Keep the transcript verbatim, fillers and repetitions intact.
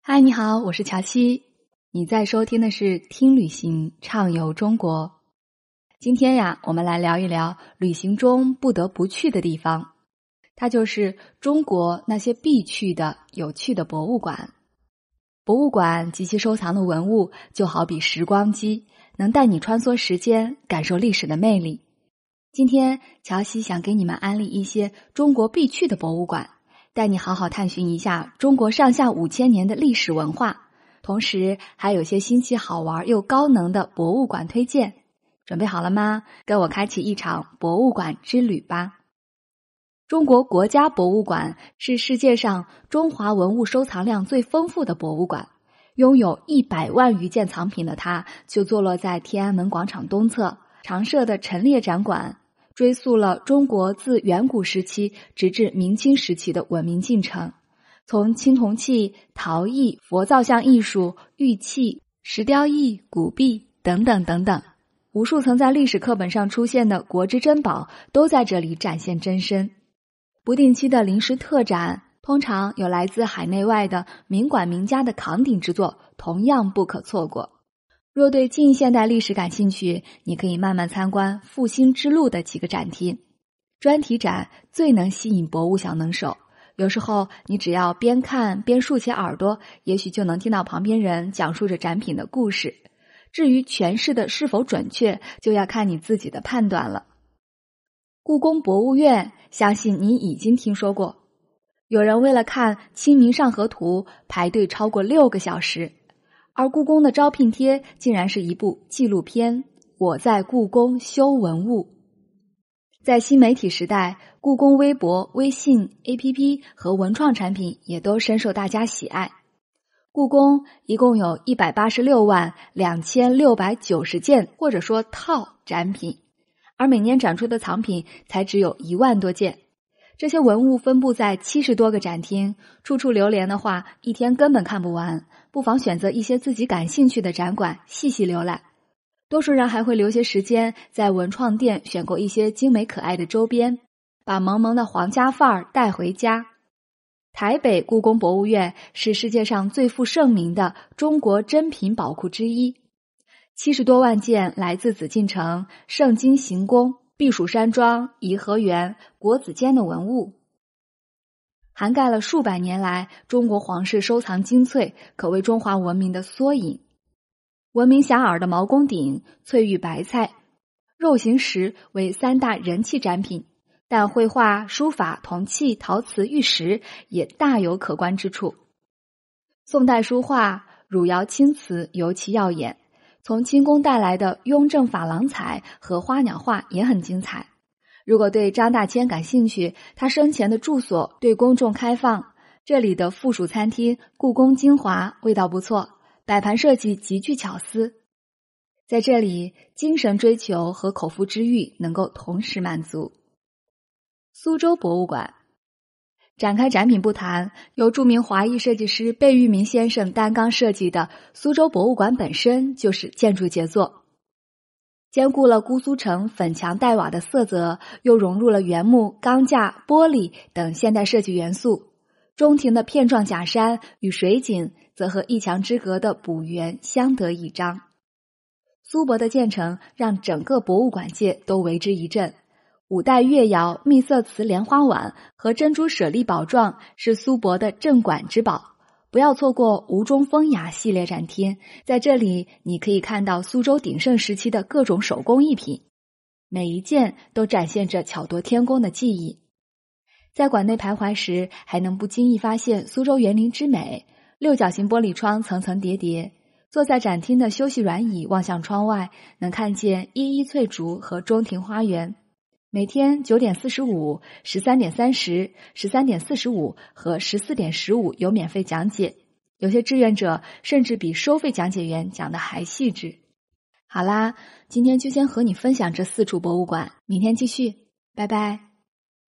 嗨，你好，我是乔西。你在收听的是听旅行畅游中国。今天呀，我们来聊一聊旅行中不得不去的地方，它就是中国那些必去的有趣的博物馆。博物馆及其收藏的文物就好比时光机，能带你穿梭时间，感受历史的魅力。今天乔西想给你们安利一些中国必去的博物馆，带你好好探寻一下中国上下五千年的历史文化，同时还有些新奇好玩又高能的博物馆推荐。准备好了吗？跟我开启一场博物馆之旅吧。中国国家博物馆是世界上中华文物收藏量最丰富的博物馆，拥有一百万余件藏品的它，就坐落在天安门广场东侧，常设的陈列展馆追溯了中国自远古时期直至明清时期的文明进程，从青铜器、陶艺、佛造像艺术、玉器、石雕艺、古币等等等等，无数曾在历史课本上出现的国之珍宝都在这里展现真身。不定期的临时特展，通常有来自海内外的名馆名家的扛鼎之作，同样不可错过。若对近现代历史感兴趣，你可以慢慢参观复兴之路的几个展厅。专题展最能吸引博物小能手，有时候你只要边看边竖起耳朵，也许就能听到旁边人讲述着展品的故事。至于诠释的是否准确，就要看你自己的判断了。故宫博物院，相信你已经听说过。有人为了看《清明上河图》排队超过六个小时，而故宫的招聘贴竟然是一部纪录片《我在故宫修文物》。在新媒体时代，故宫微博、微信 A P P 和文创产品也都深受大家喜爱。故宫一共有一百八十六万两千六百九十件或者说套展品，而每年展出的藏品才只有一万多件。这些文物分布在七十多个展厅，处处流连的话，一天根本看不完，不妨选择一些自己感兴趣的展馆细细浏览。多数人还会留些时间在文创店选购一些精美可爱的周边，把萌萌的皇家范儿带回家。台北故宫博物院是世界上最负盛名的中国珍品宝库之一，七十多万件来自紫禁城、盛京行宫、避暑山庄、颐和园、国子监的文物，涵盖了数百年来中国皇室收藏精粹，可谓中华文明的缩影。闻名遐迩的毛公鼎、翠玉白菜、肉形石为三大人气展品，但绘画、书法、铜器、陶瓷、玉石也大有可观之处。宋代书画、汝窑青瓷尤其耀眼，从清宫带来的雍正珐琅彩和花鸟画也很精彩。如果对张大千感兴趣，他生前的住所对公众开放，这里的附属餐厅故宫精华味道不错，摆盘设计极具巧思。在这里，精神追求和口腹之欲能够同时满足。苏州博物馆展开展品不谈，由著名华裔设计师贝聿铭先生担纲设计的苏州博物馆本身就是建筑杰作，兼顾了姑苏城粉墙黛瓦的色泽，又融入了原木、钢架、玻璃等现代设计元素。中庭的片状假山与水景则和一墙之隔的补园相得益彰。苏博的建成让整个博物馆界都为之一振。五代越窑秘色瓷莲花碗和珍珠舍利宝状是苏博的镇馆之宝，不要错过吴中风雅系列展厅，在这里你可以看到苏州鼎盛时期的各种手工艺品，每一件都展现着巧夺天工的技艺。在馆内徘徊时，还能不经意发现苏州园林之美，六角形玻璃窗层层叠叠，坐在展厅的休息软椅望向窗外，能看见依依翠竹和中庭花园。每天九点四十五、十三点三十、十三点四十五和十四点十五有免费讲解，有些志愿者甚至比收费讲解员讲得还细致。好啦，今天就先和你分享这四处博物馆，明天继续，拜拜。